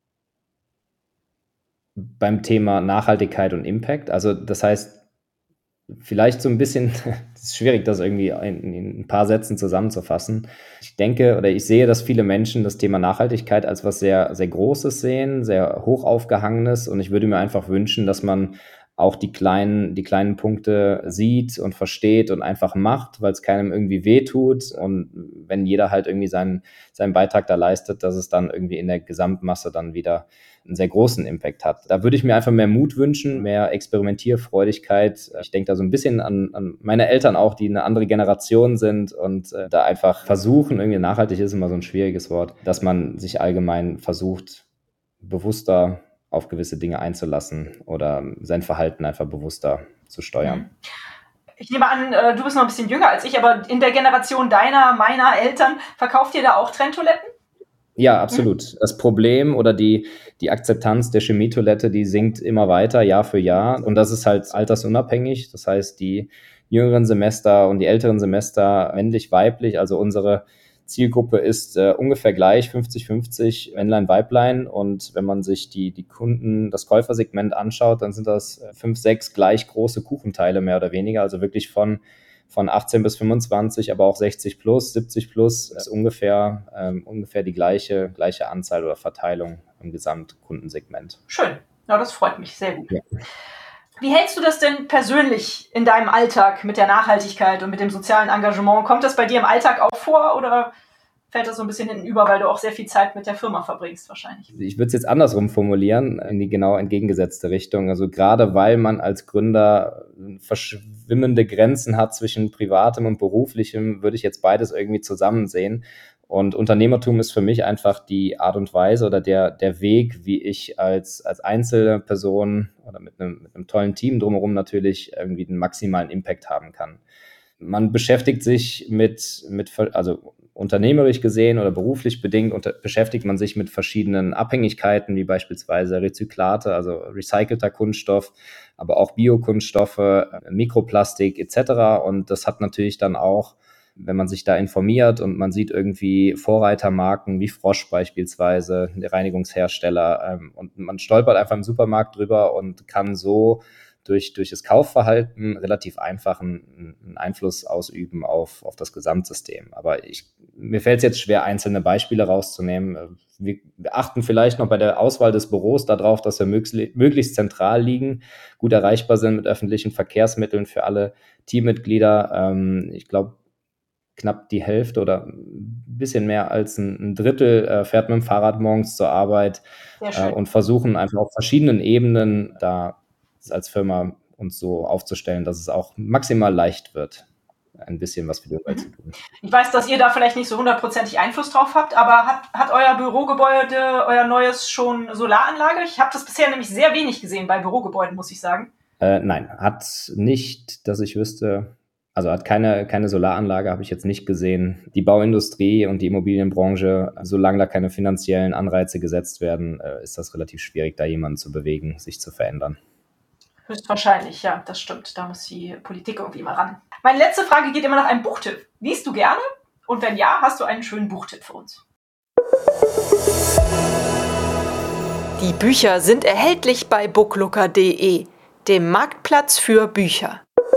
beim Thema Nachhaltigkeit und Impact. Also das heißt, vielleicht so ein bisschen, es ist schwierig, das irgendwie in ein paar Sätzen zusammenzufassen. Ich denke oder ich sehe, dass viele Menschen das Thema Nachhaltigkeit als was sehr, sehr Großes sehen, sehr hoch aufgehangenes. Und ich würde mir einfach wünschen, dass man auch die kleinen Punkte sieht und versteht und einfach macht, weil es keinem irgendwie wehtut. Und wenn jeder halt irgendwie seinen Beitrag da leistet, dass es dann irgendwie in der Gesamtmasse dann wieder einen sehr großen Impact hat. Da würde ich mir einfach mehr Mut wünschen, mehr Experimentierfreudigkeit. Ich denke da so ein bisschen an meine Eltern auch, die eine andere Generation sind und da einfach versuchen, irgendwie nachhaltig ist immer so ein schwieriges Wort, dass man sich allgemein versucht, bewusster auf gewisse Dinge einzulassen oder sein Verhalten einfach bewusster zu steuern. Ich nehme an, du bist noch ein bisschen jünger als ich, aber in der Generation meiner Eltern, verkauft ihr da auch Trenntoiletten? Ja, absolut. Das Problem oder die Akzeptanz der Chemietoilette, die sinkt immer weiter, Jahr für Jahr. Und das ist halt altersunabhängig. Das heißt, die jüngeren Semester und die älteren Semester, männlich, weiblich, also unsere Zielgruppe ist ungefähr gleich, 50-50 Männlein, Weiblein. Und wenn man sich die Kunden, das Käufersegment anschaut, dann sind das 5, 6 gleich große Kuchenteile mehr oder weniger. Also wirklich von 18 bis 25, aber auch 60 plus, 70 plus ist ungefähr die gleiche Anzahl oder Verteilung im Gesamtkundensegment. Schön. Ja, das freut mich sehr gut. Ja. Wie hältst du das denn persönlich in deinem Alltag mit der Nachhaltigkeit und mit dem sozialen Engagement? Kommt das bei dir im Alltag auch vor oder fällt das so ein bisschen hinten über, weil du auch sehr viel Zeit mit der Firma verbringst wahrscheinlich. Ich würde es jetzt andersrum formulieren, in die genau entgegengesetzte Richtung. Also gerade weil man als Gründer verschwimmende Grenzen hat zwischen Privatem und Beruflichem, würde ich jetzt beides irgendwie zusammen sehen. Und Unternehmertum ist für mich einfach die Art und Weise oder der Weg, wie ich als einzelne Person oder mit einem tollen Team drumherum natürlich irgendwie den maximalen Impact haben kann. Man beschäftigt sich also unternehmerisch gesehen oder beruflich bedingt, beschäftigt man sich mit verschiedenen Abhängigkeiten, wie beispielsweise Rezyklate, also recycelter Kunststoff, aber auch Biokunststoffe, Mikroplastik etc. Und das hat natürlich dann auch, wenn man sich da informiert und man sieht irgendwie Vorreitermarken wie Frosch beispielsweise, der Reinigungshersteller, und man stolpert einfach im Supermarkt drüber und kann so durch das Kaufverhalten relativ einfach einen Einfluss ausüben auf das Gesamtsystem. Aber mir fällt es jetzt schwer, einzelne Beispiele rauszunehmen. Wir achten vielleicht noch bei der Auswahl des Büros darauf, dass wir möglichst zentral liegen, gut erreichbar sind mit öffentlichen Verkehrsmitteln für alle Teammitglieder. Ich glaube, knapp die Hälfte oder ein bisschen mehr als ein Drittel fährt mit dem Fahrrad morgens zur Arbeit und versuchen einfach auf verschiedenen Ebenen da als Firma uns so aufzustellen, dass es auch maximal leicht wird, ein bisschen was für die Umwelt zu tun. Ich weiß, dass ihr da vielleicht nicht so 100%ig Einfluss drauf habt, aber hat euer Bürogebäude, euer neues schon Solaranlage? Ich habe das bisher nämlich sehr wenig gesehen bei Bürogebäuden, muss ich sagen. Nein, hat nicht, dass ich wüsste, also hat keine Solaranlage, habe ich jetzt nicht gesehen. Die Bauindustrie und die Immobilienbranche, solange da keine finanziellen Anreize gesetzt werden, ist das relativ schwierig, da jemanden zu bewegen, sich zu verändern. Höchstwahrscheinlich, ja, das stimmt. Da muss die Politik irgendwie mal ran. Meine letzte Frage geht immer nach einem Buchtipp. Liest du gerne? Und wenn ja, hast du einen schönen Buchtipp für uns? Die Bücher sind erhältlich bei booklooker.de, dem Marktplatz für Bücher.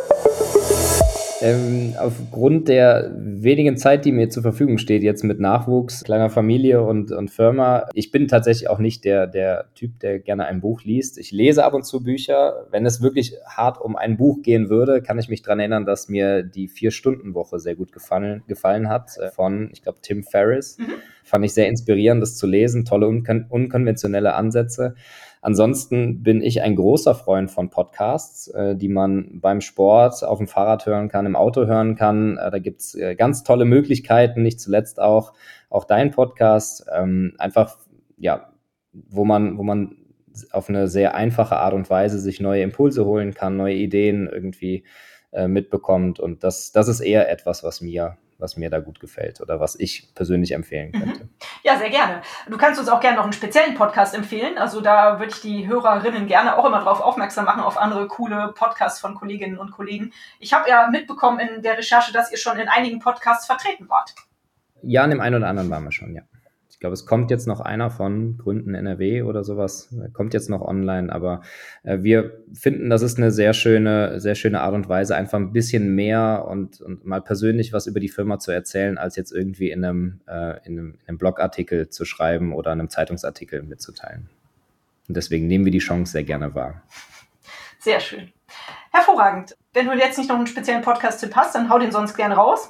Aufgrund der wenigen Zeit, die mir zur Verfügung steht, jetzt mit Nachwuchs, kleiner Familie und Firma, ich bin tatsächlich auch nicht der Typ, der gerne ein Buch liest. Ich lese ab und zu Bücher. Wenn es wirklich hart um ein Buch gehen würde, kann ich mich daran erinnern, dass mir die 4-Stunden-Woche sehr gut gefallen hat von, ich glaube, Tim Ferriss. Fand ich sehr inspirierend, das zu lesen. Tolle, unkonventionelle Ansätze. Ansonsten bin ich ein großer Freund von Podcasts, die man beim Sport, auf dem Fahrrad hören kann, im Auto hören kann. Da gibt's ganz tolle Möglichkeiten, nicht zuletzt auch dein Podcast. Einfach, ja, wo man auf eine sehr einfache Art und Weise sich neue Impulse holen kann, neue Ideen irgendwie mitbekommt. Und das ist eher etwas, was mir da gut gefällt oder was ich persönlich empfehlen könnte. Ja, sehr gerne. Du kannst uns auch gerne noch einen speziellen Podcast empfehlen. Also da würde ich die Hörerinnen gerne auch immer darauf aufmerksam machen, auf andere coole Podcasts von Kolleginnen und Kollegen. Ich habe ja mitbekommen in der Recherche, dass ihr schon in einigen Podcasts vertreten wart. Ja, in dem einen oder anderen waren wir schon, ja. Ich glaube, es kommt jetzt noch einer von Gründen NRW oder sowas, kommt jetzt noch online, aber wir finden, das ist eine sehr schöne Art und Weise, einfach ein bisschen mehr und mal persönlich was über die Firma zu erzählen, als jetzt irgendwie in einem Blogartikel zu schreiben oder einem Zeitungsartikel mitzuteilen. Und deswegen nehmen wir die Chance sehr gerne wahr. Sehr schön. Hervorragend. Wenn du jetzt nicht noch einen speziellen Podcast-Tipp hast, dann hau den sonst gerne raus.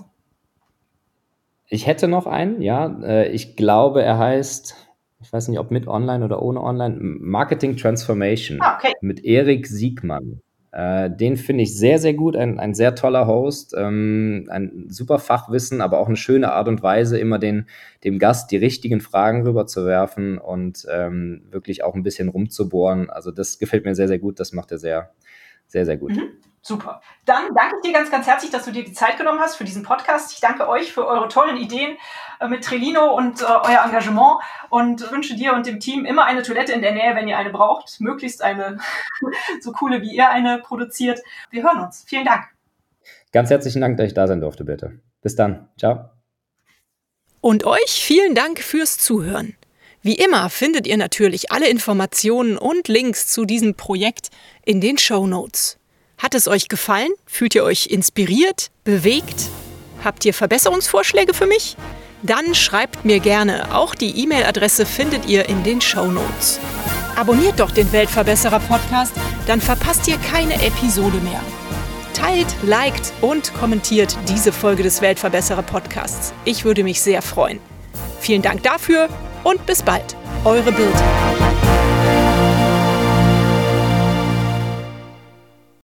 Ich hätte noch einen, ja. Ich glaube, er heißt, ich weiß nicht, ob mit Online oder ohne Online, Marketing Transformation mit Erik Siegmann. Den finde ich sehr, sehr gut, ein sehr toller Host, ein super Fachwissen, aber auch eine schöne Art und Weise, immer dem Gast die richtigen Fragen rüberzuwerfen und wirklich auch ein bisschen rumzubohren. Also das gefällt mir sehr, sehr gut, das macht er sehr, sehr, sehr gut. Super. Dann danke ich dir ganz, ganz herzlich, dass du dir die Zeit genommen hast für diesen Podcast. Ich danke euch für eure tollen Ideen mit Trelino und euer Engagement und wünsche dir und dem Team immer eine Toilette in der Nähe, wenn ihr eine braucht. Möglichst eine so coole, wie ihr eine produziert. Wir hören uns. Vielen Dank. Ganz herzlichen Dank, dass ich da sein durfte, bitte. Bis dann. Ciao. Und euch vielen Dank fürs Zuhören. Wie immer findet ihr natürlich alle Informationen und Links zu diesem Projekt in den Shownotes. Hat es euch gefallen? Fühlt ihr euch inspiriert, bewegt? Habt ihr Verbesserungsvorschläge für mich? Dann schreibt mir gerne. Auch die E-Mail-Adresse findet ihr in den Shownotes. Abonniert doch den Weltverbesserer-Podcast, dann verpasst ihr keine Episode mehr. Teilt, liked und kommentiert diese Folge des Weltverbesserer-Podcasts. Ich würde mich sehr freuen. Vielen Dank dafür und bis bald. Eure Birte.